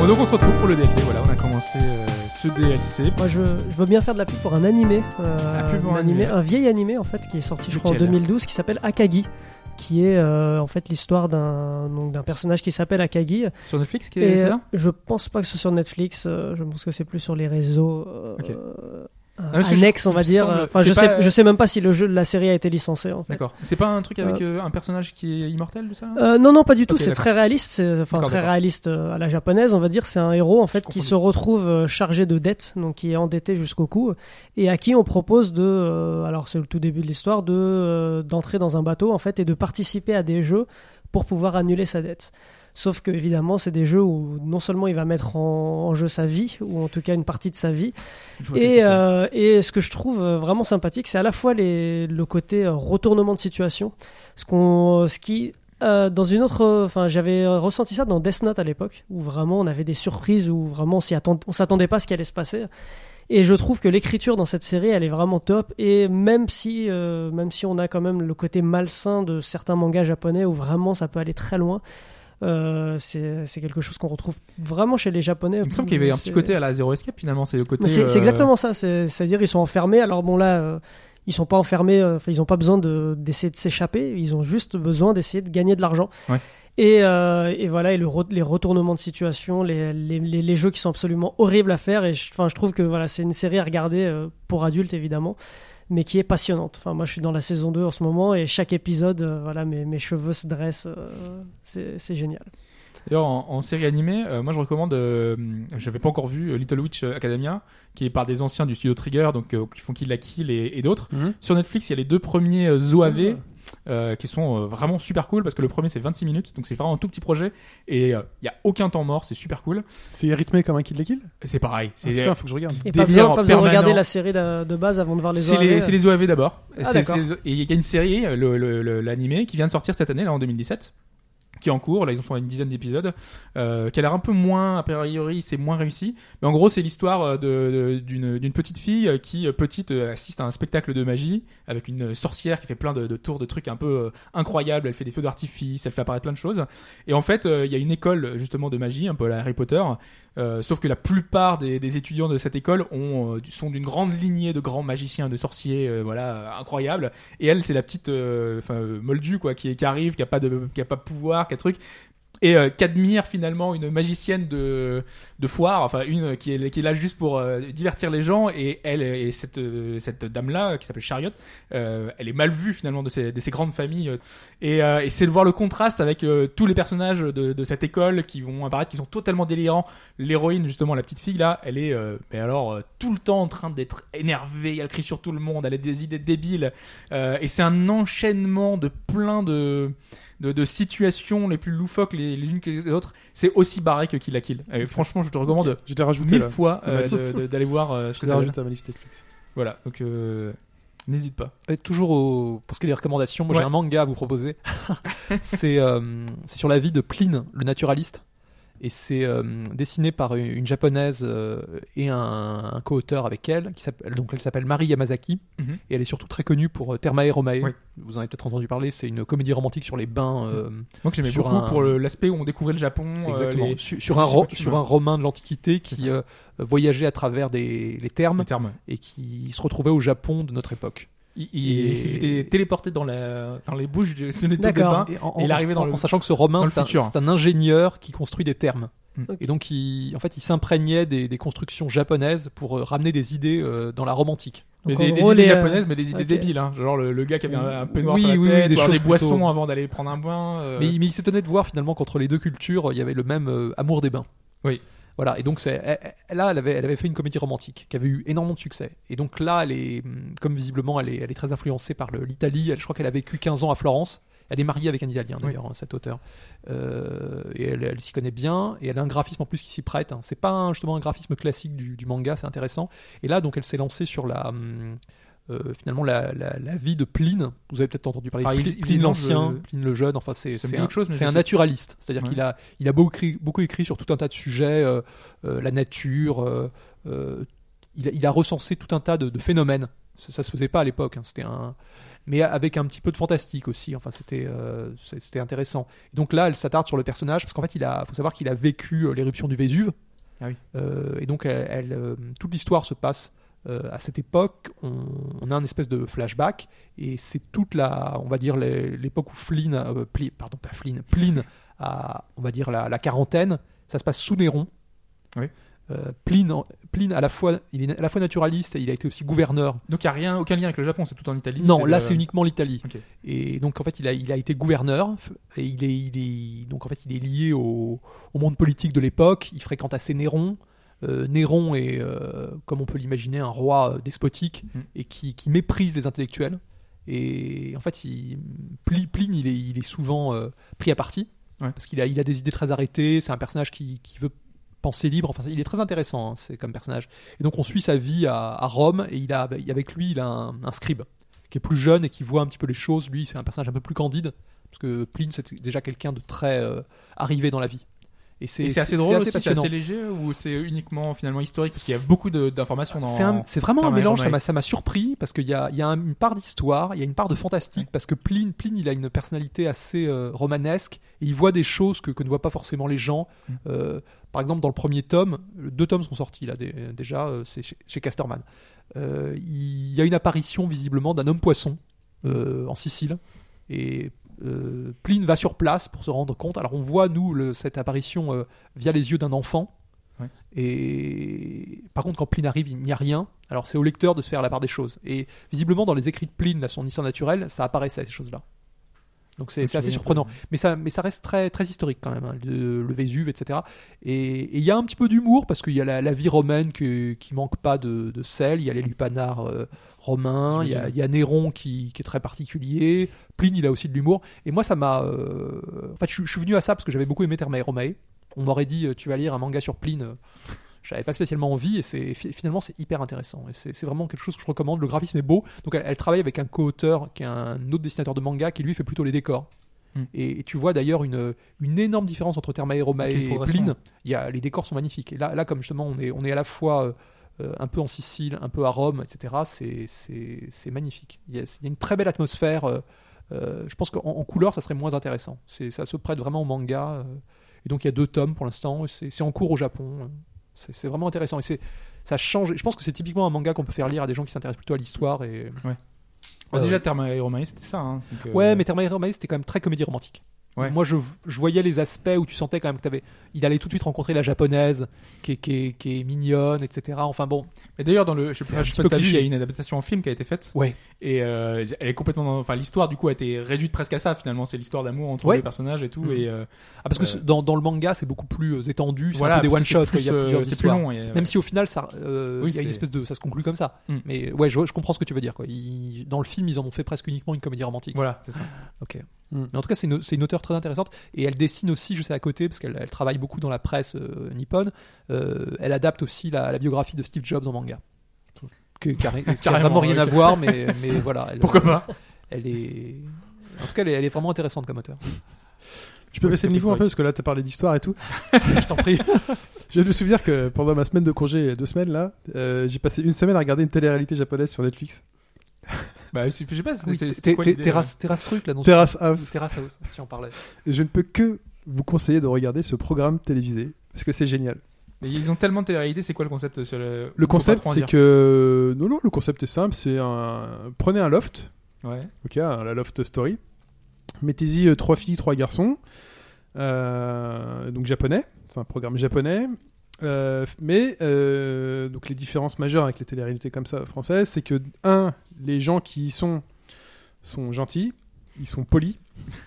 Bon, donc on se retrouve pour le DLC. Voilà, on a commencé ce DLC. Moi, je veux bien faire de la pub pour un animé, un vieil animé en fait, qui est sorti, je crois, en 2012, qui s'appelle Akagi, qui est en fait l'histoire d'un personnage qui s'appelle Akagi. Sur Netflix, c'est ça ? Je pense pas que ce soit sur Netflix. Je pense que c'est plus sur les réseaux. Okay. Annexe, on va dire. Enfin, je sais même pas si la série a été licencée. En fait. D'accord. C'est pas un truc avec un personnage qui est immortel, ça ? Non, pas du tout. Okay, c'est d'accord. Très réaliste. Très réaliste à la japonaise, on va dire. C'est un héros en fait qui se retrouve chargé de dettes, donc qui est endetté jusqu'au cou, et à qui on propose alors c'est le tout début de l'histoire, d'entrer dans un bateau en fait et de participer à des jeux pour pouvoir annuler sa dette. Sauf que évidemment, c'est des jeux où non seulement il va mettre en jeu sa vie, ou en tout cas une partie de sa vie, et ce que je trouve vraiment sympathique, c'est à la fois le côté retournement de situation, dans une autre, j'avais ressenti ça dans Death Note à l'époque, où vraiment on avait des surprises, où vraiment on s'attendait pas à ce qui allait se passer. Et je trouve que l'écriture dans cette série, elle est vraiment top. Et même si on a quand même le côté malsain de certains mangas japonais, où vraiment ça peut aller très loin. C'est quelque chose qu'on retrouve vraiment chez les Japonais. Il me semble qu'il y avait un petit côté à la Zero Escape finalement, c'est le côté. C'est exactement ça. C'est-à-dire ils sont enfermés. Alors bon là, ils sont pas enfermés. Ils ont pas besoin d'essayer de s'échapper. Ils ont juste besoin d'essayer de gagner de l'argent. Ouais. Et voilà, et les retournements de situation, les jeux qui sont absolument horribles à faire. Et je trouve que voilà, c'est une série à regarder pour adultes évidemment, mais qui est passionnante. Enfin, moi, je suis dans la saison 2 en ce moment, et chaque épisode, mes cheveux se dressent. C'est génial. D'ailleurs, en série animée, moi, je recommande. J'avais pas encore vu Little Witch Academia, qui est par des anciens du studio Trigger, donc qui font Kill la Kill et d'autres. Mm-hmm. Sur Netflix, il y a les 2 premiers ZOAV. Qui sont vraiment super cool, parce que le premier c'est 26 minutes, donc c'est vraiment un tout petit projet, et il n'y a aucun temps mort, c'est super cool. C'est rythmé comme un Kill la Kill ? C'est pareil. Faut que je regarde. Et pas besoin de regarder la série de base avant de voir les OAV. C'est les OAV d'abord. D'accord. Et il y a une série, l'animé, qui vient de sortir cette année, là en 2017. Qui est en cours, là ils en sont à une dizaine d'épisodes, qui a l'air un peu moins, a priori c'est moins réussi, mais en gros c'est l'histoire d'une petite fille qui assiste à un spectacle de magie avec une sorcière qui fait plein de tours, de trucs un peu incroyables, elle fait des feux d'artifice, elle fait apparaître plein de choses, et en fait il y a une école justement de magie, un peu à la Harry Potter, sauf que la plupart des étudiants de cette école sont d'une grande lignée de grands magiciens, de sorciers, incroyables, et elle c'est la petite moldue quoi, qui arrive, qui a pas de pouvoir, qu'un truc, et qu'admire finalement une magicienne de foire, enfin une qui est là juste pour divertir les gens, et elle et cette dame là qui s'appelle Chariot, elle est mal vue finalement de ces grandes familles, et c'est de voir le contraste avec tous les personnages de cette école qui vont apparaître, qui sont totalement délirants. L'héroïne justement, la petite fille là, elle est tout le temps en train d'être énervée, elle crie sur tout le monde, elle a des idées débiles, et c'est un enchaînement de plein de situations les plus loufoques les unes que les autres. C'est aussi barré que Kill la Kill. Et franchement, je te recommande 1000 fois d'aller voir ce que ça rajoute à ma liste Netflix. Voilà, donc n'hésite pas. Et toujours pour ce qui est des recommandations, moi j'ai un manga à vous proposer. C'est sur la vie de Pline, le naturaliste. Et c'est dessiné par une japonaise et un co-auteur avec elle, elle s'appelle Mari Yamazaki, et elle est surtout très connue pour Termae Romae. Oui. Vous en avez peut-être entendu parler, c'est une comédie romantique sur les bains. Moi que j'aimais beaucoup pour l'aspect où on découvrait le Japon. Exactement. Sur un Romain de l'Antiquité qui voyageait à travers les thermes, et qui se retrouvait au Japon de notre époque. Il était téléporté dans les bouches de des bains, et il arrivait en sachant que ce Romain c'est un ingénieur qui construit des thermes. Okay. Et donc il s'imprégnait des constructions japonaises pour ramener des idées dans la romantique. Mais des idées japonaises, mais des idées débiles, hein. Genre le gars qui avait un peignoir sur la tête, des boissons avant d'aller prendre un bain. Mais il s'étonnait de voir finalement qu'entre les deux cultures, il y avait le même amour des bains. Oui. Voilà, et donc elle avait fait une comédie romantique qui avait eu énormément de succès. Et donc là, comme visiblement elle est très influencée par l'Italie. Je crois qu'elle a vécu 15 ans à Florence. Elle est mariée avec un Italien d'ailleurs, cet auteur. Et elle s'y connaît bien, et elle a un graphisme en plus qui s'y prête. C'est pas justement un graphisme classique du manga, c'est intéressant. Et là, donc elle s'est lancée sur finalement la vie de Pline. Vous avez peut-être entendu parler de Pline l'Ancien, Pline le Jeune. Enfin, c'est un naturaliste, c'est-à-dire qu'il a beaucoup écrit sur tout un tas de sujets, la nature. Il a recensé tout un tas de phénomènes. Ça se faisait pas à l'époque. C'était mais avec un petit peu de fantastique aussi. Enfin, c'était intéressant. Et donc là, elle s'attarde sur le personnage parce qu'en fait, faut savoir qu'il a vécu l'éruption du Vésuve. Ah oui. Et donc, toute l'histoire se passe à cette époque. On a un espèce de flashback et c'est toute on va dire l'époque où Pline a, on va dire la quarantaine. Ça se passe sous Néron. Oui. Pline il est à la fois naturaliste et il a été aussi gouverneur. Donc il n'y a aucun lien avec le Japon, c'est tout en Italie. Non, c'est uniquement l'Italie. Okay. Et donc en fait il a été gouverneur et il est lié au monde politique de l'époque. Il fréquente assez Néron. Néron est, comme on peut l'imaginer, un roi despotique et qui méprise les intellectuels. Et en fait Pline il est souvent pris à partie parce qu'il a des idées très arrêtées. C'est un personnage qui veut penser libre, enfin il est très intéressant, c'est comme personnage. Et donc on suit sa vie à Rome et avec lui il a un scribe qui est plus jeune et qui voit un petit peu les choses. Lui c'est un personnage un peu plus candide parce que Pline c'est déjà quelqu'un de très arrivé dans la vie. Et c'est assez drôle aussi, passionnant. c'est assez léger ou c'est uniquement finalement historique parce qu'il y a beaucoup d'informations dans. C'est vraiment un mélange. Ça m'a surpris parce qu'il y a une part d'histoire, il y a une part de fantastique parce que Pline il a une personnalité assez romanesque et il voit des choses que ne voient pas forcément les gens. Par exemple, dans le premier tome, 2 tomes sont sortis là déjà, c'est chez Casterman. Il y a une apparition visiblement d'un homme poisson en Sicile et Pline va sur place pour se rendre compte. Alors on voit cette apparition via les yeux d'un enfant. Ouais. Et par contre quand Pline arrive il n'y a rien. Alors c'est au lecteur de se faire la part des choses. Et visiblement dans les écrits de Pline, son histoire naturelle, ça apparaissait ces choses-là. Donc c'est assez surprenant. Mais ça reste très, très historique quand même, hein, le Vésuve, etc. Et il y a un petit peu d'humour parce qu'il y a la vie romaine qui manque pas de sel. Il y a les lupanards romains. Il y a Néron qui est très particulier. Pline, il a aussi de l'humour. Et moi, ça m'a... En fait, je suis venu à ça parce que j'avais beaucoup aimé Thermae Romae. On m'aurait dit, tu vas lire un manga sur Pline. J'avais pas spécialement envie et finalement c'est hyper intéressant et c'est vraiment quelque chose que je recommande. Le graphisme est beau, donc elle travaille avec un co-auteur qui est un autre dessinateur de manga qui lui fait plutôt les décors. Et tu vois d'ailleurs une énorme différence entre Thermae Romae et Pline. Les décors sont magnifiques et là comme justement on est à la fois un peu en Sicile, un peu à Rome, etc. C'est magnifique. Il y a une très belle atmosphère. Je pense qu'en couleur ça serait moins intéressant. Ça se prête vraiment au manga et donc il y a 2 tomes pour l'instant. C'est en cours au Japon. C'est vraiment intéressant et ça change. Je pense que c'est typiquement un manga qu'on peut faire lire à des gens qui s'intéressent plutôt à l'histoire et. Ouais. Déjà Thermae Romae c'était ça. Hein, Ouais, mais Thermae Romae c'était quand même très comédie romantique. Ouais. Moi, je voyais les aspects où tu sentais quand même il allait tout de suite rencontrer la japonaise, qui est mignonne, etc. Enfin bon. Et d'ailleurs, je sais pas si t'as vu, il y a une adaptation en film qui a été faite. Ouais. Et elle est complètement, l'histoire du coup a été réduite presque à ça finalement. C'est l'histoire d'amour entre les personnages et tout. Et parce que dans le manga, c'est beaucoup plus étendu. C'est un peu des one shot. Il y a plusieurs c'est plus long. Même si au final, ça, il y a une espèce de, ça se conclut comme ça. Mais ouais, je comprends ce que tu veux dire. Quoi. Dans le film, ils en ont fait presque uniquement une comédie romantique. Voilà, c'est ça. Ok. Mais en tout cas, c'est une auteure très intéressante et elle dessine aussi, je sais à côté, parce qu'elle travaille beaucoup dans la presse nippone. Elle adapte aussi la biographie de Steve Jobs en manga. Qui n'a vraiment rien à voir, mais voilà. Pourquoi pas. Elle est, en tout cas, elle est vraiment intéressante comme auteure. Je peux baisser le niveau un peu parce que là, tu as parlé d'histoire et tout. Je t'en prie. Je viens de me souvenir que pendant ma semaine de congé, 2 semaines là, j'ai passé 1 semaine à regarder une télé-réalité japonaise sur Netflix. Bah, je sais pas, Terrace Truc là, Terrace House. Terrace House, si on parlait. Et je ne peux que vous conseiller de regarder ce programme télévisé parce que c'est génial. Mais ils ont tellement de télé-réalité, c'est quoi le concept sur le concept, c'est que non, le concept est simple, c'est prenez un loft. Ouais. OK, la loft story. Mettez-y 3 filles, 3 garçons. Donc japonais, c'est un programme japonais. Mais donc les différences majeures avec les télé-réalités comme ça françaises, c'est que les gens qui y sont gentils, ils sont polis.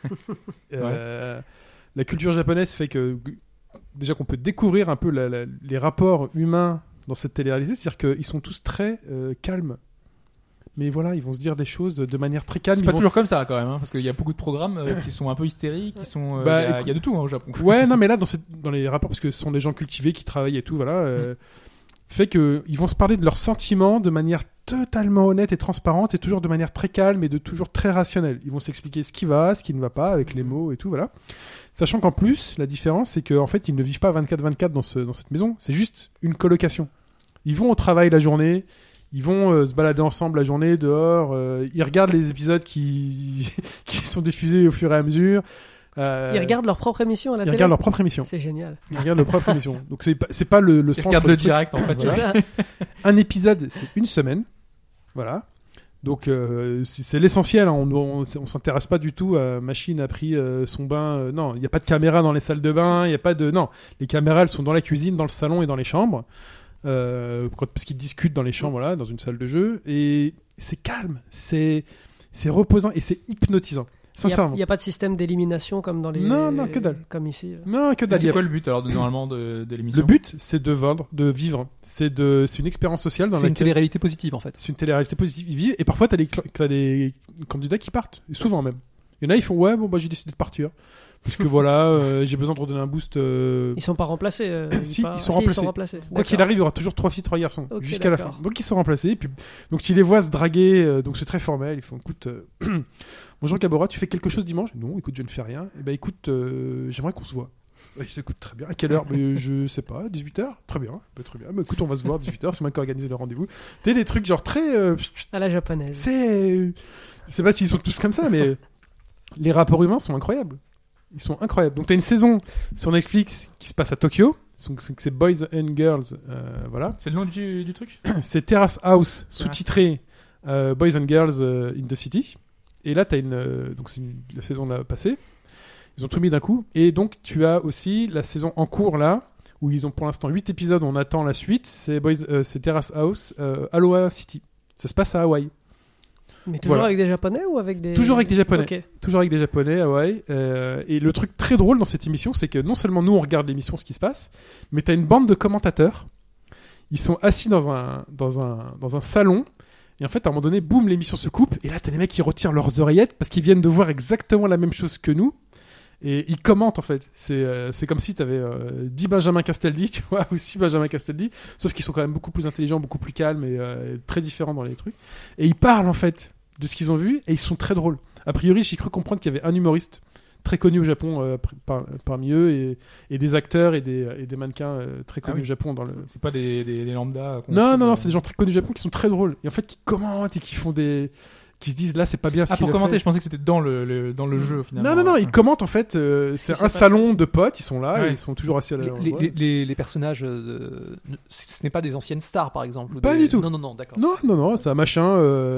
La culture japonaise fait que déjà qu'on peut découvrir un peu les rapports humains dans cette télé-réalité, c'est-à-dire qu'ils sont tous très calmes. Mais voilà, ils vont se dire des choses de manière très calme. C'est pas toujours comme ça quand même, hein, parce qu'il y a beaucoup de programmes qui sont un peu hystériques, qui sont. Il y a de tout hein, au Japon. Ouais, non, mais là dans les rapports, parce que ce sont des gens cultivés qui travaillent et tout, voilà, fait que ils vont se parler de leurs sentiments de manière totalement honnête et transparente, et toujours de manière très calme et de toujours très rationnelle. Ils vont s'expliquer ce qui va, ce qui ne va pas, avec les mots et tout, voilà. Sachant qu'en plus, la différence, c'est qu'en fait, ils ne vivent pas 24/24 dans cette maison. C'est juste une colocation. Ils vont au travail la journée. Ils vont se balader ensemble la journée dehors. Ils regardent les épisodes qui sont diffusés au fur et à mesure. Ils regardent leur propre émission à la télé. Ils regardent leur propre émission. C'est génial. Ils regardent leur propre émission. Donc c'est pas le Ils centre. regardent le direct, en fait. Voilà. C'est ça. Un épisode, c'est une semaine. Voilà. Donc c'est l'essentiel. Hein. On s'intéresse pas du tout à Machine a pris son bain. Non, il n'y a pas de caméra dans les salles de bain. Il y a pas de. Non, les caméras elles sont dans la cuisine, dans le salon et dans les chambres. Parce qu'ils discutent dans les chambres, voilà, dans une salle de jeu. Et c'est calme, c'est reposant et c'est hypnotisant. Sincèrement. Il n'y a pas de système d'élimination comme dans les. Non, que dalle. Comme ici. Non, que dalle. C'est quoi le but alors normalement de l'émission? Le but, c'est de vivre. C'est une expérience sociale dans C'est une laquelle. télé-réalité positive en fait. C'est une télé-réalité positive. Ils vivent et parfois t'as des candidats qui partent. Et souvent même. Il y en a, ils font ouais, bon bah j'ai décidé de partir. Parce que voilà, j'ai besoin de redonner un boost. Ils sont pas remplacés. Si, pas... ils sont si, remplacés. Ils sont remplacés. Quoi D'accord. qu'il arrive, il y aura toujours 3 filles, 3 garçons. Ok, jusqu'à la fin. d'accord. Donc ils sont remplacés. Et puis, donc tu les vois se draguer. Donc c'est très formel. Ils font écoute, bonjour Cabora, tu fais quelque chose dimanche? Non, écoute, je ne fais rien. Et ben écoute, j'aimerais qu'on se voit. Ouais, je écoute très bien. À quelle heure? Mais je sais pas, 18h? Très bien. Très bien. Mais écoute, on va se voir 18h, c'est moi qui ai organisé le rendez-vous. Tu sais, des trucs genre très. À la japonaise. Je sais pas s'ils sont tous comme ça, mais les rapports humains sont incroyables. Ils sont incroyables. Donc, tu as une saison sur Netflix qui se passe à Tokyo. Donc, c'est Boys and Girls. Voilà. C'est le nom du truc? C'est Terrace House, sous-titré Boys and Girls in the City. Et là, tu as donc, c'est la saison là passée. Ils ont tout mis d'un coup. Et donc, tu as aussi la saison en cours là, où ils ont pour l'instant 8 épisodes. On attend la suite. C'est Terrace House, Aloha City. Ça se passe à Hawaï. Mais toujours Voilà. avec des Japonais ou avec des. Toujours avec des Japonais. Ok. Toujours avec des Japonais, Hawaï. Et le truc très drôle dans cette émission, c'est que non seulement nous on regarde l'émission, ce qui se passe, mais t'as une bande de commentateurs. Ils sont assis dans un salon. Et en fait, à un moment donné, boum, l'émission se coupe. Et là, t'as les mecs qui retirent leurs oreillettes parce qu'ils viennent de voir exactement la même chose que nous. Et ils commentent en fait. C'est comme si t'avais 10 Benjamin Castaldi, tu vois, ou 6 Benjamin Castaldi. Sauf qu'ils sont quand même beaucoup plus intelligents, beaucoup plus calmes et très différents dans les trucs. Et ils parlent en fait de ce qu'ils ont vu et ils sont très drôles. A priori, j'ai cru comprendre qu'il y avait un humoriste très connu au Japon parmi eux et des acteurs et des mannequins très connus oui. au Japon. C'est pas des lambda. Non, c'est des gens très connus au Japon qui sont très drôles. Et en fait, qui commentent et qui font qui se disent là c'est pas bien ce qu'il a pour commenter, fait. je pensais que c'était dans le jeu finalement. Non, ils commentent en fait. C'est un salon de potes, ils sont là, Ouais. et ils sont toujours assis à la. Les personnages, ce n'est pas des anciennes stars par exemple. Ou Pas des... du tout. Non, d'accord. Non, c'est un machin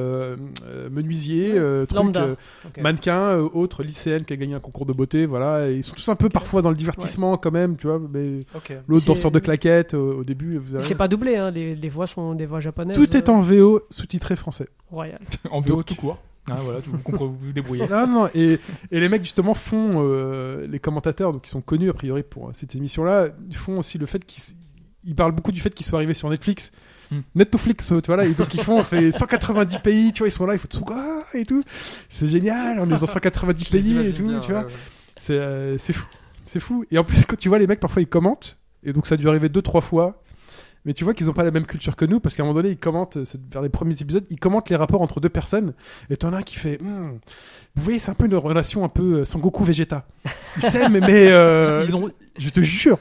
menuisier, truc, Lambda. Ok. mannequin, autre lycéenne qui a gagné un concours de beauté, voilà. Et ils sont tous un peu parfois dans le divertissement quand même, tu vois. Mais Ok. l'autre C'est- danseur de claquettes au début. vous Et avez- c'est pas doublé, hein. Les voix sont des voix japonaises. Tout est en VO sous-titré français. Royal. En VO tout court. Ah, voilà, vous vous débrouillez. Non, et les mecs justement font les commentateurs, donc ils sont connus a priori pour cette émission-là, ils font aussi le fait qu'ils parlent beaucoup du fait qu'ils soient arrivés sur Netflix. Netflix, tu vois là, et donc ils font, on fait 190 pays, tu vois, ils sont là, ils font tout quoi et tout. C'est génial, on est dans 190 pays et tout, tu vois. C'est fou, c'est fou. Et en plus, quand tu vois les mecs, parfois ils commentent, et donc ça a dû arriver 2-3 fois. Mais tu vois qu'ils ont pas la même culture que nous, parce qu'à un moment donné, ils commentent, vers les premiers épisodes, ils commentent les rapports entre deux personnes, et t'en as un qui fait, vous voyez, c'est un peu une relation un peu Sangoku Vegeta. Ils s'aiment, mais je te jure.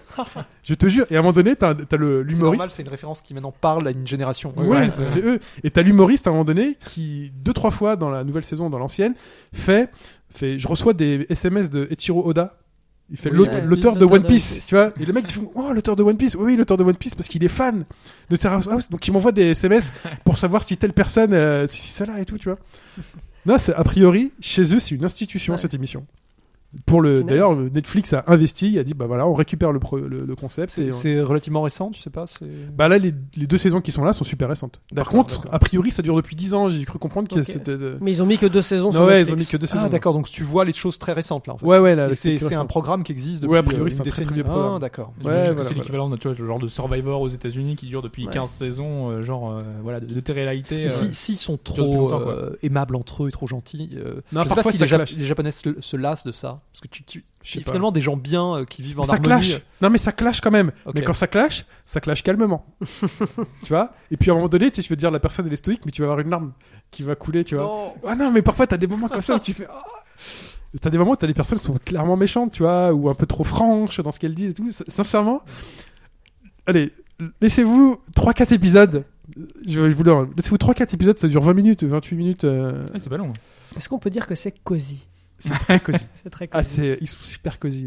Et à un moment donné, t'as C'est l'humoriste. normal, c'est une référence qui maintenant parle à une génération. Ouais, c'est eux. Et t'as l'humoriste à un moment donné qui, 2-3 fois dans la nouvelle saison, dans l'ancienne, fait, je reçois des SMS de Eiichiro Oda. Il fait Oui, l'auteur de l'auteur One de Piece, One Piece. tu vois. Et le mec, il fait, oh, l'auteur de One Piece. Oui, l'auteur de One Piece, parce qu'il est fan de Terrace House. Donc, il m'envoie des SMS pour savoir si telle personne, si celle-là et tout, tu vois. Non, a priori, chez eux, c'est une institution, Ouais. cette émission. Nice. D'ailleurs, Netflix a investi, il a dit, bah voilà, on récupère le concept. Et C'est relativement récent, tu sais pas. bah là, les 2 saisons qui sont là sont super récentes. Par D'accord, contre, d'accord. a priori, ça dure depuis 10 ans. J'ai cru comprendre que Ok. c'était. Mais ils ont mis que 2 saisons sur Non, ouais, Netflix. ils ont mis que 2 saisons. Ah d'accord, donc tu vois les choses très récentes là. En fait. Ouais, là. Et c'est un programme qui existe depuis Ouais, a priori, une c'est un très, décennie. très vieux programme. Ah d'accord. J'imagine que voilà, c'est l'équivalent de tu vois, le genre de Survivor aux États-Unis qui dure depuis Ouais. 15 saisons, voilà, de télé-réalité. S'ils sont depuis trop longtemps, quoi. aimables entre eux et trop gentils, Non, je sais pas parfois, si ça les, clash. les Japonais se lassent de ça, parce que Je sais pas. finalement des gens bien qui vivent en Ça harmonie. clash. Non, mais ça clash quand même. Ok. Mais quand ça clash calmement. Tu vois. Et puis à un moment donné, tu sais, je veux dire, la personne elle est stoïque, mais tu vas avoir une larme qui va couler, tu vois. Non. Ah non, mais parfois t'as des moments comme ça où tu fais. Ah. T'as des moments où t'as des personnes qui sont clairement méchantes, tu vois, ou un peu trop franches dans ce qu'elles disent et tout. Sincèrement, allez, laissez-vous 3-4 épisodes. je voulais laissez-vous 3-4 épisodes, ça dure 20 minutes, 28 minutes. C'est pas long. Est-ce qu'on peut dire que c'est cosy? C'est très cosy. C'est très cosy. Ils sont super cosy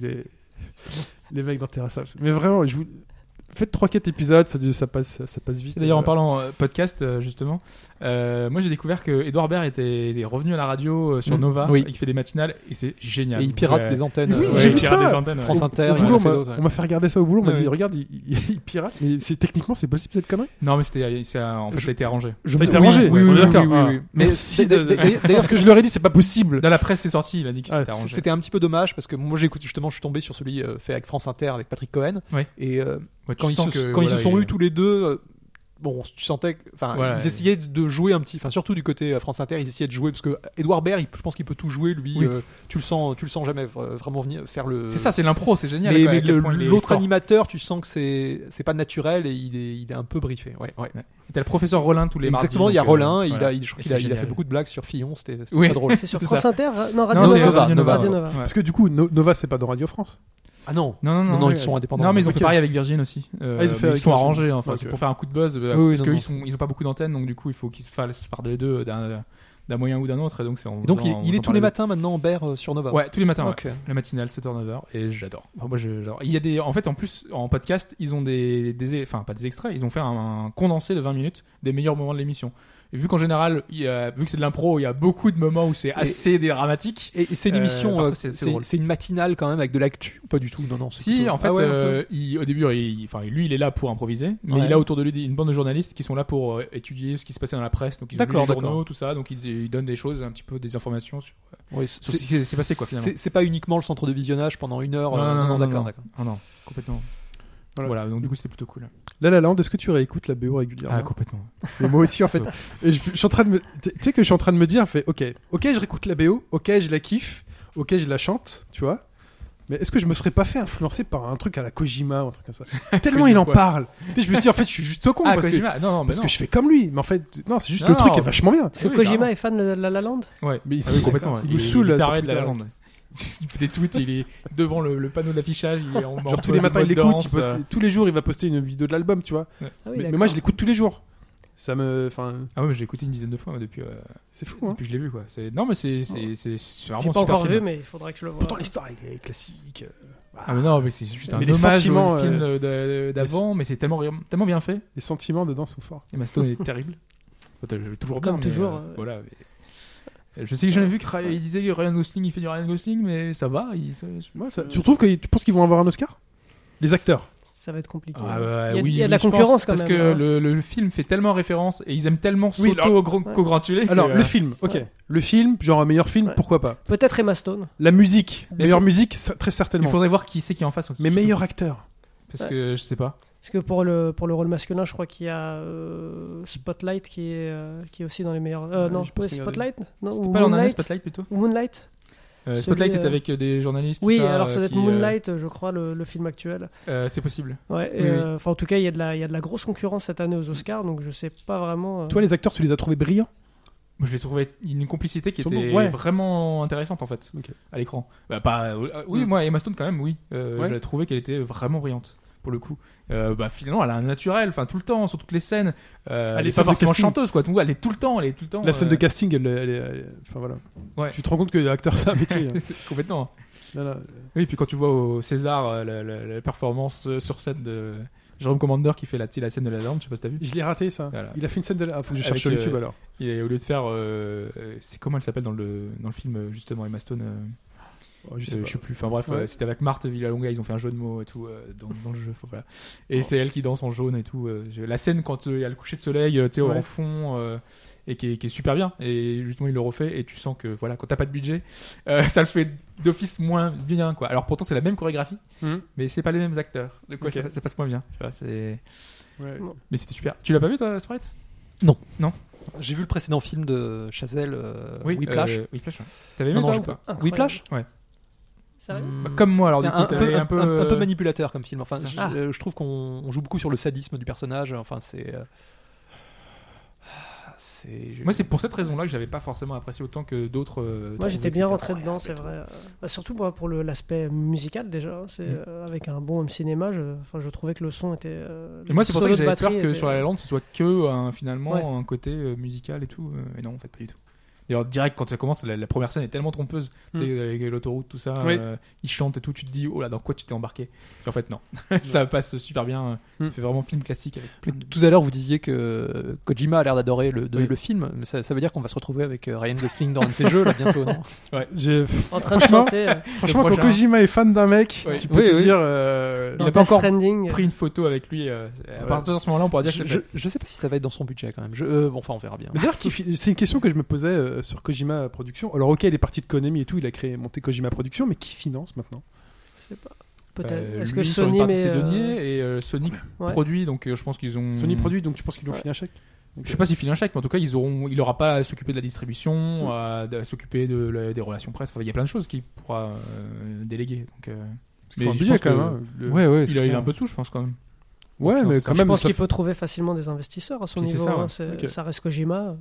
les mecs dans Terrace House. Mais vraiment, faites 3-4 épisodes, ça passe vite. D'ailleurs, en parlant podcast, justement, moi j'ai découvert que Edouard Baird était revenu à la radio sur Nova, oui. il fait des matinales et c'est génial. Et il pirate des antennes. Oui, j'ai vu ça. Des antennes, France Inter, Au boulot, d'autres, on m'a fait regarder ça au boulot, on m'a Ouais. dit regarde, il pirate, mais techniquement c'est possible cette connerie. Non, mais en fait, ça a été arrangé. Ça a été arrangé. Oui, on est oui, d'accord. oui, oui. Mais Merci d'ailleurs, parce que je leur ai dit c'est pas possible. Dans la presse, c'est sorti, il a dit que Ah, c'était arrangé. c'était un petit peu dommage parce que moi j'écoute justement, je suis tombé sur celui fait avec France Inter avec Patrick Cohen. Ouais. Et Ouais, tu quand ils sens se, que, quand ils se voilà, sont il- eus tous les deux, bon, tu sentais, enfin, Voilà. ils essayaient de jouer un petit, enfin, surtout du côté France Inter, ils essayaient de jouer parce que Edouard Baird, je pense qu'il peut tout jouer, lui. Oui. Tu le sens jamais vraiment venir faire le. C'est ça, c'est l'impro, c'est génial. Mais, quoi, mais à quel point il est l'autre fort. animateur, tu sens que c'est pas naturel et il est un peu briefé. Ouais. Et t'as le professeur Rollin tous les mardis. Exactement, il y a donc, Rollin, voilà. je crois Et qu'il a c'est fait génial. beaucoup de blagues sur Fillon, c'était Oui. très drôle. C'est sur C'est France ça. Inter? Non, Radio Non, c'est Nova. Radio Nova. Radio Nova. Ouais. Parce que du coup, Nova c'est pas dans Radio France. Ah non, Non, ils sont indépendants. Non, mais ils ont Ok. fait pareil avec Virgin aussi. Ils ont fait Mais ils avec sont Virgin. arrangés, enfin, Ok. c'est pour faire un coup de buzz, Oui, parce non, qu'ils non, ils ont pas beaucoup d'antennes, donc du coup, il faut qu'ils se fassent par les deux d'un moyen ou d'un autre, et donc c'est. Et donc il est tous les matins maintenant en Baird sur Nova. Ouais, tous les matins. Ok. Ouais. Le matinal 7h-9h, et j'adore. Enfin, moi, j'adore. Il y a des, en fait, en plus, en podcast, ils ont enfin, pas des extraits, ils ont fait un condensé de 20 minutes des meilleurs moments de l'émission. Et vu qu'en général, vu que c'est de l'impro, il y a beaucoup de moments où c'est assez dramatique. Et c'est une émission, parfois, c'est drôle. c'est une matinale quand même avec de l'actu. Pas du tout, non. c'est Si, plutôt- en fait, Ah ouais, un peu. au début, lui, il est là pour improviser, mais Ouais. il a autour de lui une bande de journalistes qui sont là pour étudier ce qui se passait dans la presse, donc ils ont lu les D'accord, journaux, d'accord. tout ça, donc ils donnent des choses, un petit peu des informations sur. Ouais, sur ce qui s'est passé, quoi, finalement. C'est pas uniquement le centre de visionnage pendant une heure. D'accord. Ah non, complètement. Voilà, donc du coup, c'était plutôt cool. La La Land, est-ce que tu réécoutes la BO régulièrement? Ah, complètement. Et moi aussi en fait. Et je suis en train de me, tu sais que je suis en train de me dire, fait, ok, je réécoute la BO, ok, je la kiffe, ok, je la chante, tu vois. Mais est-ce que je me serais pas fait influencer par un truc à la Kojima ou un truc comme ça? Tellement il en Quoi parle. Tu sais, je me suis dit en fait, je suis juste con Ah, parce Kojima, non, que je fais comme lui. Mais en fait, non, c'est juste Non, le truc non. est vachement bien. Est-ce que Oui, Kojima carrément. est fan de La La Land? Ouais, Mais ah oui, complètement. il me saoule, il est là, taré sur de La La Twitter. Land. Il fait des tweets, il est devant le panneau d'affichage, il est en Genre tous les matins il écoute, tous les jours il va poster une vidéo de l'album, tu vois. Ah oui, Mais d'accord. moi je l'écoute tous les jours. Ça me, enfin, Ah ouais, mais j'ai écouté une dizaine de fois depuis c'est fou. Hein. depuis que je l'ai vu, quoi. Non, mais c'est vraiment J'ai super pas encore film. vu, mais il faudrait que je le voie. Pourtant l'histoire est classique. Ah mais non, mais c'est juste un Mais les hommage sentiments, au film d'avant, mais c'est tellement bien fait. Les sentiments dedans sont forts. Et Stone est terrible. Enfin, toujours bien, Comme mais, toujours, voilà. Mais... Je sais que j'en ai vu il disait que Ryan Gosling, il fait du Ryan Gosling, mais ça va. Tu trouves que tu penses qu'ils vont avoir un Oscar? Les acteurs? Ça va être compliqué. Ah bah, il y a de la je pense, concurrence quand parce même. que hein. le film fait tellement référence et ils aiment tellement Oui, s'auto-congratuler. Alors que, le film, ok. Ouais. Le film, genre un meilleur film, Ouais. pourquoi pas? Peut-être Emma Stone. La musique, Mais meilleure faut- musique, très il certainement. faudrait voir qui c'est qui est en face. Mais meilleur acteur. Parce que je sais pas. Parce que pour le rôle masculin, je crois qu'il y a Spotlight qui est aussi dans les meilleurs. Non, j'ai pas ouais, regardé. Spotlight, non, C'était ou pas l'an dernier, Moonlight. Spotlight plutôt. Ou Moonlight. Spotlight Celui, était avec des journalistes. tout Oui, ça, alors ça doit être qui, Moonlight, je crois, le film actuel. c'est possible. Ouais. Oui, oui. Enfin, en tout cas, il y a de la grosse concurrence cette année aux Oscars, donc je sais pas vraiment. Toi, les acteurs, tu les as trouvés brillants? Moi, je l'ai trouvé une complicité qui Ils sont était bons, ouais. vraiment intéressante en fait Ok. à l'écran. Oui, moi Emma Stone quand même, oui. Ouais. Je l'ai trouvé qu'elle était vraiment brillante pour le coup. Finalement, elle a un naturel, enfin tout le temps, sur toutes les scènes. Elle les est scènes pas de forcément casting. chanteuse quoi. Elle est tout le temps, La scène de casting, enfin voilà. Ouais. Tu te rends compte que l'acteur, c'est un métier. hein. C'est complètement. Là, là. Oui, puis quand tu vois au César la performance sur scène de Jérôme Commander qui fait la scène de la lampe, je sais pas si t'as vu. Je l'ai raté ça. Voilà. Il a fait une scène de la. Ah, faut que je Avec, cherche sur YouTube alors. Et au lieu de faire, c'est comment elle s'appelle dans le film justement Emma Stone. Oh, je sais Je pas. sais plus. Enfin bref, Ouais. c'était avec Marthe Villalonga. Ils ont fait un jeu de mots et tout dans le jeu. Enfin, voilà. Et c'est elle qui danse en jaune et tout. La scène quand il y a le coucher de soleil, tu sais, Ouais. en fond, et qui est super bien. Et justement, il le refait. Et tu sens que voilà, quand t'as pas de budget, ça le fait d'office moins bien, quoi. Alors pourtant, c'est la même chorégraphie, mais c'est pas les mêmes acteurs. De quoi Ok. ça passe moins bien. Tu vois, c'est. Ouais. Mais c'était super. Tu l'as pas vu toi, Sprite? J'ai vu le précédent film de Chazelle, Oui, Whiplash. Whiplash. Ouais. T'avais aimé Non, toi non, ou pas? Incroyable. Whiplash Sérieux Bah, comme moi, alors du C'était coup, un t'avais un peu. un peu manipulateur comme film. Enfin, Ça. je trouve qu'on joue beaucoup sur le sadisme du personnage. Enfin, c'est. Moi, c'est pour cette raison-là que j'avais pas forcément apprécié autant que d'autres. Moi, j'étais bien rentré dedans, c'est vrai. Surtout pour l'aspect musical déjà. Avec un bon cinéma, je trouvais que le son était. Et moi, c'est pour ça que j'avais peur que sur La La Land, ce soit que finalement un côté musical et tout. Et non, en fait, pas du tout. D'ailleurs, direct quand ça commence, la première scène est tellement trompeuse, tu sais, avec l'autoroute, tout ça, ils chantent et tout, tu te dis, oh là, dans quoi tu t'es embarqué? Et en fait, non, ça passe super bien, ça fait vraiment film classique. Tout à l'heure, vous disiez que Kojima a l'air d'adorer le film, mais ça veut dire qu'on va se retrouver avec Ryan Gosling dans un de ses jeux, là, bientôt, non? Ouais, en train de chanter. Franchement, quand Kojima est fan d'un mec, tu peux te dire... il a pas encore pris une photo avec lui. À partir de ce moment-là, on pourra dire que je sais pas si ça va être dans son budget, quand même. Bon, enfin, on verra bien. D'ailleurs, c'est une question que je me posais sur Kojima Productions. Alors ok, il est parti de Konami et tout, il a monté Kojima Productions, mais qui finance maintenant? Je sais pas. Peut-être. Est-ce lui, que Sony met ses deniers et Sony produit, donc je pense qu'ils ont. Sony produit, donc tu penses qu'ils ont filé un chèque? Je sais pas s'ils filent un chèque, mais en tout cas, il aura pas à s'occuper de la distribution, à s'occuper des relations presse. Enfin, il y a plein de choses qu'il pourra déléguer. Donc, mais un budget quand même. Il a un peu de sous, je pense quand même. Ouais, mais quand même. Je pense qu'il peut trouver facilement des investisseurs à son niveau. Ça reste Kojima.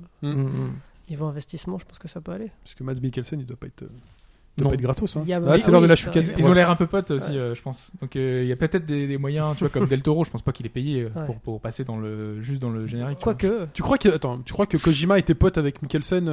Niveau investissement, je pense que ça peut aller. Parce que Mads Mikkelsen, il doit pas être gratos. Hein. C'est l'heure de la choucade. Ils ont l'air un peu potes aussi, je pense. Donc il y a peut-être des moyens, tu vois, comme Del Toro, je pense pas qu'il est payé pour passer juste dans le générique. Quoique. Tu crois que Kojima était pote avec Mikkelsen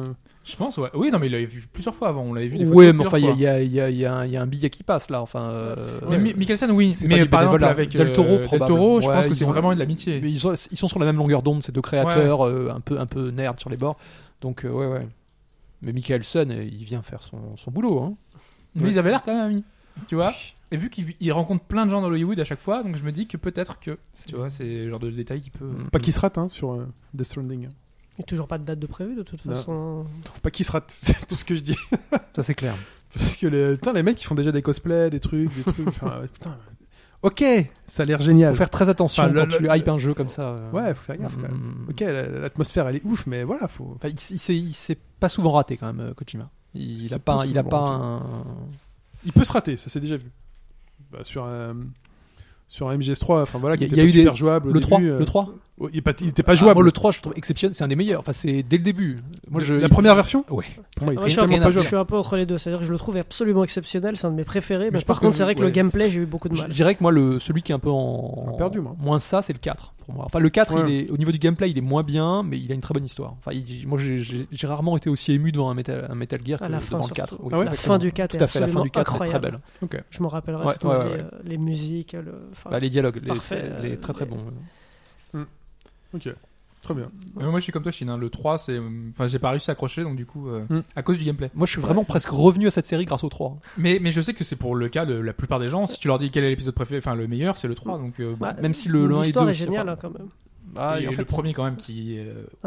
Je pense, ouais. Oui, non, mais il l'avait vu plusieurs fois avant. On l'avait vu des fois. Oui, mais enfin, il y a un billet qui passe là. Enfin. Mais Mikkelsen, oui. Mais par exemple, avec Del Toro, je pense que c'est vraiment de l'amitié. Ils sont sur la même longueur d'onde, ces deux créateurs, un peu nerd sur les bords. Donc, ouais. Mais Mikkelsen, il vient faire son boulot. Hein. Mais ils avaient l'air quand même amis. Tu vois? Et vu qu'il rencontre plein de gens dans Hollywood à chaque fois, donc je me dis que peut-être que. Tu vois, c'est le genre de détail qui peut. Pas qu'il se rate sur Death Stranding. Il n'y a toujours pas de date de prévu de toute façon. Faut pas qu'il se rate, c'est tout ce que je dis. Ça, c'est clair. Parce que les mecs, ils font déjà des cosplays, des trucs. Putain. Ok, ça a l'air génial. Faut faire très attention quand tu hype un jeu comme ça. Ouais, faut faire gaffe. Ok, l'atmosphère elle est ouf, mais voilà, faut. Enfin, il s'est pas souvent raté quand même, Kojima. Il a pas un. Il peut se rater, ça s'est déjà vu. Sur un MGS3, enfin voilà, qui il y était a eu super jouable. Le 3 il était pas jouable. Le 3, je trouve exceptionnel, c'est un des meilleurs. Enfin, c'est dès le début. La première version? Ouais. Pour moi, je suis un peu entre les deux. C'est-à-dire que je le trouve absolument exceptionnel, c'est un de mes préférés. Mais par contre, c'est vrai que le gameplay, j'ai eu beaucoup de mal. Je dirais que moi, celui qui est un peu perdu, moins ça, c'est le 4 pour moi. Enfin, le 4, au niveau du gameplay, il est moins bien, mais il a une très bonne histoire. Enfin, moi, j'ai rarement été aussi ému devant un Metal Gear que devant le 4. La fin du 4 tout à fait, la fin du 4 est très belle. Je me rappellerai les musiques, les dialogues, les très très bons. Ok, très bien. Moi je suis comme toi, Chine. Le 3, j'ai pas réussi à accrocher, donc du coup, à cause du gameplay. Moi je suis vraiment presque revenu à cette série grâce au 3. Mais je sais que c'est pour le cas de la plupart des gens. Si tu leur dis quel est l'épisode préféré, enfin le meilleur, c'est le 3. Donc, même si le 1 et 2. L'histoire est géniale quand même. Et en fait, le premier quand même qui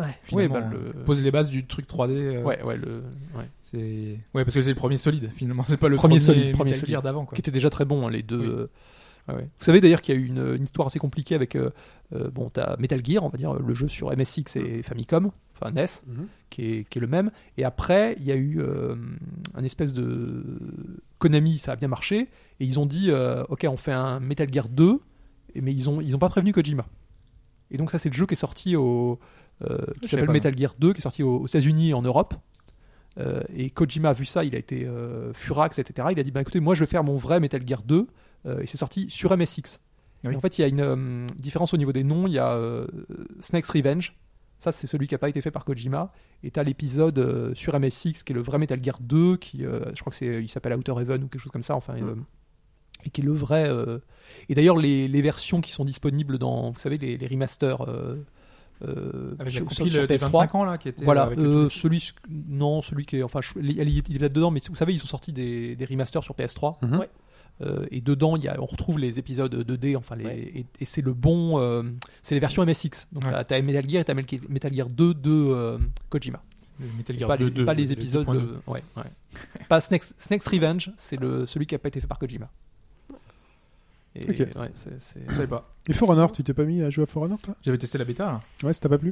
pose les bases du truc 3D. Parce que c'est le premier solide finalement. C'est pas le premier solide d'avant. Qui était déjà très bon, les deux. Vous savez d'ailleurs qu'il y a eu une histoire assez compliquée avec t'as Metal Gear, on va dire le jeu sur MSX et Famicom, enfin NES, qui est le même. Et après il y a eu un espèce de Konami, ça a bien marché, et ils ont dit ok, on fait un Metal Gear 2, mais ils ont pas prévenu Kojima. Et donc ça c'est le jeu qui est sorti qui s'appelle Metal Gear 2, qui est sorti aux États-Unis et en Europe. Et Kojima a vu ça, il a été furax, etc. Il a dit écoutez, moi je vais faire mon vrai Metal Gear 2. Et c'est sorti sur MSX. Oui. En fait, il y a une différence au niveau des noms. Il y a Snake's Revenge. Ça, c'est celui qui n'a pas été fait par Kojima. Et tu as l'épisode sur MSX qui est le vrai Metal Gear 2, qui, je crois il s'appelle Outer Heaven ou quelque chose comme ça. Enfin, et qui est le vrai. Et d'ailleurs, les versions qui sont disponibles dans, vous savez, les remasters. Avec la compile des 25 ans là qui était voilà celui qui est enfin il est là dedans, mais vous savez ils ont sorti des remasters sur PS3. Et dedans on retrouve les épisodes 2D, enfin et c'est le bon c'est les versions MSX, donc t'as Metal Gear et t'as Metal Gear 2 de Kojima. Metal Gear 2 pas les épisodes pas Snake's Revenge, c'est celui qui a pas été fait par Kojima. Et ok. Je savais pas. Et For Honor, tu t'es pas mis à jouer à For Honor, toi? J'avais testé la bêta là. Ouais, ça t'a pas plu?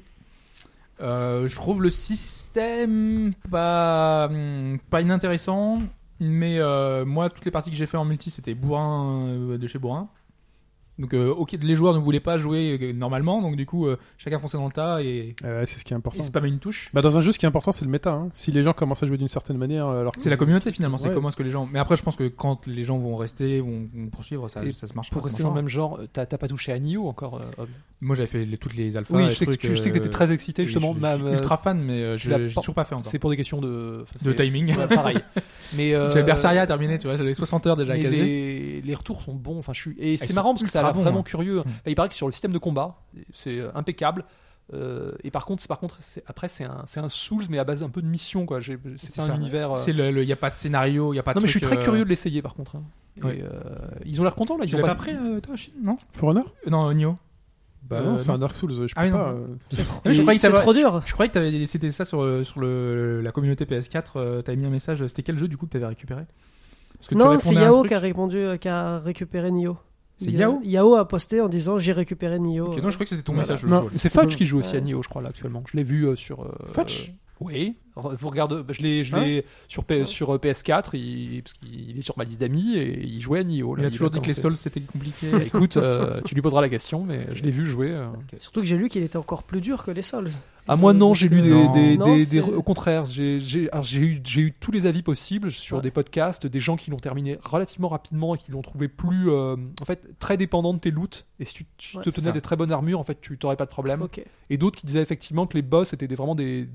Je trouve le système pas inintéressant, mais moi toutes les parties que j'ai fait en multi c'était bourrin de chez bourrin. Donc les joueurs ne voulaient pas jouer normalement, donc du coup chacun fonçait dans le tas et c'est ce qui est important. il spammait une touche. Bah dans un jeu, ce qui est important, c'est le méta. Hein. Si les gens commencent à jouer d'une certaine manière, alors que c'est la communauté finalement. C'est Ouais. comment est-ce que les gens. Mais après, je pense que quand les gens vont rester, vont poursuivre, ça se marche. Pour ça rester dans le marchera. même genre, t'as pas touché à Nioh encore Hobbs? Moi, j'avais fait toutes les alphas. Oui, les je sais trucs, que t'étais très excité et justement. Je même, suis ultra fan, mais tu l'as j'ai toujours pas fait encore. C'est pour des questions de timing. Ouais, pareil. Mais J'avais Berseria à terminer, tu vois, j'avais 60 heures déjà à mais caser. les retours sont bons. Enfin, et c'est sont marrant parce que ça a ultra l'air bons, vraiment hein. curieux. Enfin, il paraît que sur le système de combat, c'est impeccable. Et par contre, après, c'est un Souls, mais à base un peu de mission, quoi. C'est pas un ça. univers. C'est il y a pas de scénario, il y a pas de Non, mais je suis truc, très curieux de l'essayer, par contre. Hein. Ouais. Et, ils ont l'air contents là. Tu Ils ont l'as pas pas prêt, toi, Chine, non For Honor. Non, Nioh. Bah non, c'est non. un Dark Souls. Je peux Ah oui, non. pas. Je croyais que C'est t'avais- trop dur. Je croyais que c'était ça sur la communauté PS4. T'avais mis un message. C'était quel jeu du coup que t'avais récupéré? Parce que tu Non, répondais c'est à un Yao truc. qui a récupéré Nioh. C'est Yao Yao a posté en disant j'ai récupéré Nioh. Ok, non, je crois que c'était ton Voilà. message. Non. C'est Fudge qui joue aussi Ouais. à Nioh, je crois, là, actuellement. Je l'ai vu sur. Fudge Oui. Vous regardez, je l'ai sur PS4, parce qu'il est sur ma liste d'amis et il jouait à Nioh. Là, Il a toujours dit que les commencé. Souls c'était compliqué. Écoute, tu lui poseras la question, mais je l'ai vu jouer. Surtout que j'ai lu qu'il était encore plus dur que les Souls. Ah, moi non, j'ai lu Non. Non, au contraire, j'ai eu tous les avis possibles sur des podcasts, des gens qui l'ont terminé relativement rapidement et qui l'ont trouvé plus, en fait, très dépendant de tes loots. Et si tu Ouais, te c'est tenais ça. des très bonnes armures, en fait, tu t'aurais pas de problème. Ok. Et d'autres qui disaient effectivement que les boss étaient vraiment des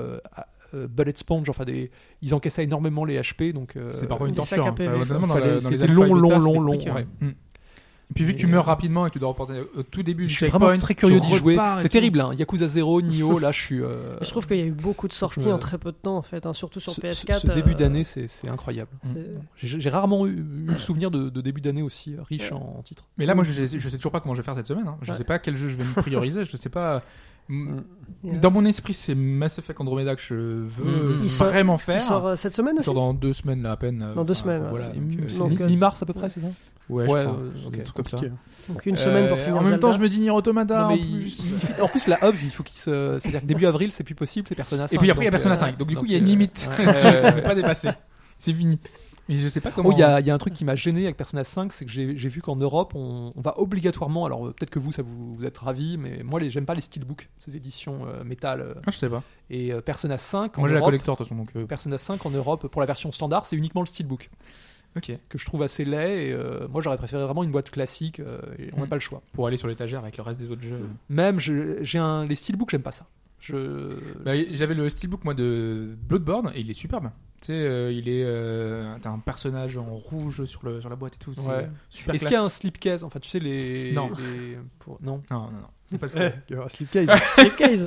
bullet sponge, enfin ils encaissaient énormément les HP, donc C'est parfois une les torture. sacs à PV. Notamment dans Fallait- dans les c'était alphas long, et bêta, long, c'était long, compliqué, long, ouais. Et puis vu que tu Et- meurs rapidement et que tu dois reporter au tout début du je suis checkpoint, vraiment très curieux tu d'y jouer. repars et C'est tout. terrible, hein. Yakuza 0, Nioh, là je suis. Je trouve qu'il y a eu beaucoup de sorties Je- en très peu de temps en fait, hein, surtout sur ce PS4. début d'année, c'est incroyable. c'est- J'ai rarement eu le souvenir de début d'année aussi riche en titres. Mais là, moi, je sais toujours pas comment je vais faire cette semaine. Hein. Je Ouais. sais pas quel jeu je vais me prioriser. Je sais pas. Ouais. Dans mon esprit, c'est Mass Effect Andromeda que je veux Il sort- vraiment Il faire. sort cette semaine Il aussi. sort dans 2 semaines là à peine. Dans 2 semaines, Voilà, ouais. donc, C'est donc, mi-mars à peu près, c'est ça? ouais, je Ouais, crois. ok. Un truc comme ça. Compliqué. Donc une semaine pour finir En même Zelda. temps, je me dis Nier Automata. Non, mais en plus. en plus, la Hobbs, il faut qu'il se. C'est-à-dire que début avril, c'est plus possible, c'est Persona 5. Et puis après, il y a donc, Persona 5. Donc du coup, il y a une donc, limite. ouais. Je peux pas dépasser. C'est fini. Mais je sais pas comment. Oh, il y a un truc qui m'a gêné avec Persona 5, c'est que j'ai vu qu'en Europe, on va obligatoirement, alors peut-être que vous êtes ravis, mais moi j'aime pas les steelbooks, ces éditions métal. Ah, je sais pas. Et Persona 5 en Moi, j'ai la Europe, collector de toute façon. Donc, Persona 5 en Europe, pour la version standard, c'est uniquement le steelbook, ok. que je trouve assez laid. Et, moi j'aurais préféré vraiment une boîte classique, et on n'a pas le choix. Pour aller sur l'étagère avec le reste des autres jeux. Même, les steelbooks, j'aime pas ça. Bah, j'avais le steelbook moi de Bloodborne et il est superbe. Tu sais, t'as un personnage en rouge sur la boîte et tout. C'est Ouais. super Est-ce qu'il y a un slipcase? Enfin, tu sais, les. Non. Non, Non. Y a pas de fou. Il y aura Slipcase. C'est case.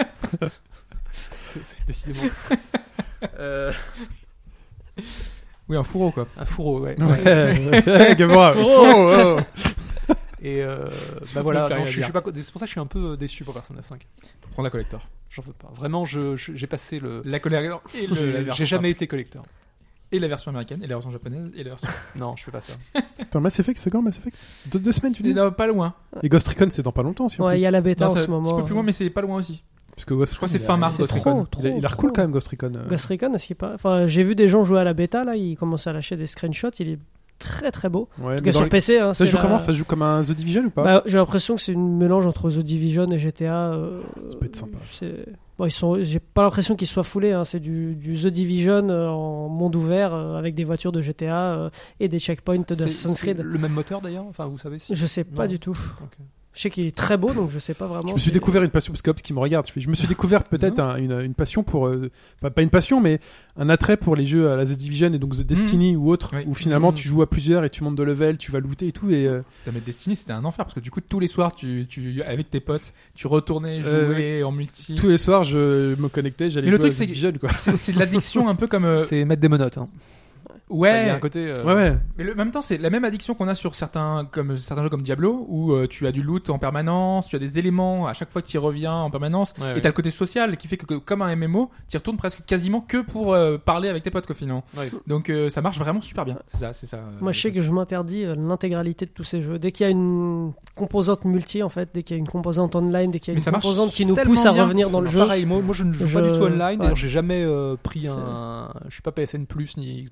c'est décidément. Oui, un fourreau quoi. Un fourreau, ouais. Ouais, Gamora. Oh, oh. Et bah voilà, Donc, non, rien à je dire. suis pas, c'est pour ça que je suis un peu déçu pour Persona 5. Prends la collector. J'en veux pas. Vraiment, j'ai passé le. La collector et la J'ai version jamais simple. été collecteur. Et la version américaine, et la version japonaise, et la version. Non, je fais pas ça. Attends, Mass Effect, c'est quand Mass Effect 2 semaines, tu dis? C'est pas loin. Et Ghost Recon, c'est dans pas longtemps, si en Ouais, il plus. y a la bêta Non, en c'est ce un moment. petit peu plus loin, mais c'est pas loin aussi. Parce que Ghost Je crois que Recon, c'est fin mars. C'est Ghost trop, Recon. trop. Il a l'air trop. cool quand même, Ghost Recon. Ghost Recon, est-ce qu'il est pas. Enfin, j'ai vu des gens jouer à la bêta là, ils commencent à lâcher des screenshots, il est très très beau. Ouais, En tout mais cas dans sur les- PC. Hein, Ça c'est joue la- comment? Ça joue comme un The Division ou pas? Bah, j'ai l'impression que c'est une mélange entre The Division et GTA. Ça peut être sympa. Bon, j'ai pas l'impression qu'ils soient foulés. Hein. C'est du The Division en monde ouvert avec des voitures de GTA et des checkpoints d'Assassin's C'est Creed. le même moteur d'ailleurs. Enfin, vous savez si. Je sais pas Non. du tout. Ok. Je sais qu'il est très beau, donc je sais pas vraiment. Je me suis découvert une passion, parce que Hobbs qui me regarde, je me suis découvert peut-être une passion pour, pas une passion, mais un attrait pour les jeux à la The Division et donc The Destiny ou autre, Oui. où finalement tu joues à plusieurs et tu montes de level, tu vas looter et tout. Et, Mais Destiny, c'était un enfer parce que du coup, tous les soirs, avec tes potes, tu retournais jouer en multi. tous les soirs, je me connectais, j'allais Mais le jouer truc, à c'est The que- Division, quoi. C'est de l'addiction un peu comme. C'est mettre des menottes. Hein. Il y a Ouais. un côté. Ouais. Mais en même temps, c'est la même addiction qu'on a sur certains jeux comme Diablo, où tu as du loot en permanence, tu as des éléments à chaque fois que tu y reviens en permanence, Ouais, et ouais. t'as le côté social qui fait que comme un MMO, tu y retournes presque quasiment que pour parler avec tes potes, quoi, finalement. Ouais. Donc ça marche vraiment super bien. C'est ça. Moi, je sais que je m'interdis l'intégralité de tous ces jeux. Dès qu'il y a une composante multi, en fait, dès qu'il y a une composante online, dès qu'il y a Mais une ça marche composante qui nous tellement pousse à bien. revenir dans le jeu. Pareil, moi je ne joue pas du tout online. D'ailleurs, Ouais. j'ai jamais pris C'est- un. Je suis pas PSN Plus ni Xbox Ouais. 360.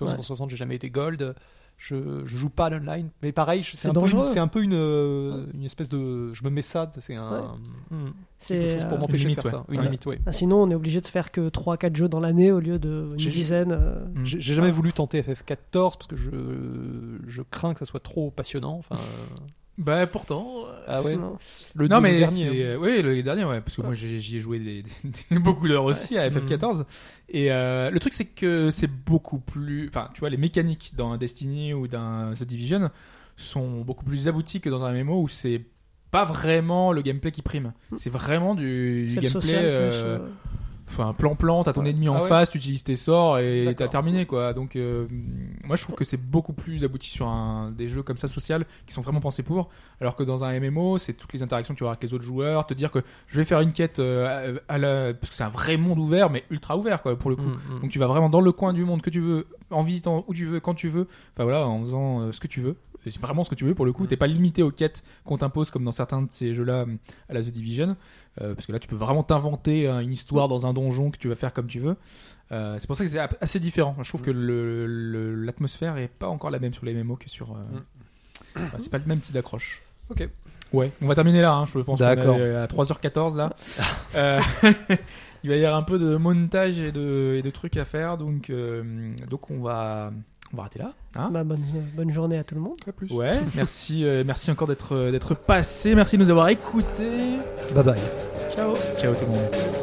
j'ai jamais été gold. Je joue pas à l'online, mais pareil, c'est dangereux. C'est un peu une espèce de. Je me mets ça, c'est quelque chose pour m'empêcher de faire ça. Une limite, ouais. Sinon, on est obligé de faire que 3-4 jeux dans l'année au lieu de une dizaine. J'ai jamais voulu tenter FF14 parce que je crains que ça soit trop passionnant. Enfin. Bah pourtant. Ah ouais. Non. Le dernier. Oui, le dernier, ouais, parce que moi j'y ai joué beaucoup d'heures aussi à FF14. Et le truc c'est que c'est beaucoup plus. Enfin, tu vois, les mécaniques dans un Destiny ou dans The Division sont beaucoup plus abouties que dans un MMO où c'est pas vraiment le gameplay qui prime. C'est vraiment du gameplay. Social, Enfin, plan-plan, t'as ton ennemi en face, tu utilises tes sorts et t'as terminé, quoi. Donc, moi, je trouve que c'est beaucoup plus abouti sur des jeux comme ça, social, qui sont vraiment pensés pour. Alors que dans un MMO, c'est toutes les interactions que tu vas avoir avec les autres joueurs, te dire que je vais faire une quête parce que c'est un vrai monde ouvert, mais ultra ouvert, quoi, pour le coup. Donc, tu vas vraiment dans le coin du monde que tu veux, en visitant où tu veux, quand tu veux. Enfin, voilà, en faisant ce que tu veux. C'est vraiment ce que tu veux pour le coup. T'es pas limité aux quêtes qu'on t'impose comme dans certains de ces jeux-là à la The Division, parce que là tu peux vraiment t'inventer une histoire dans un donjon que tu vas faire comme tu veux. C'est pour ça que c'est assez différent. Je trouve que l'atmosphère est pas encore la même sur les MMO que sur. C'est pas le même type d'accroche. Ok. Ouais, on va terminer là. Je pense. D'accord. Qu'on est à 3h14 là. Il va y avoir un peu de montage et de trucs à faire, donc on va arrêter là. Hein, bonne journée à tout le monde. À plus. ouais, merci encore d'être passé. Merci de nous avoir écoutés. Bye bye. Ciao. Ciao tout le monde.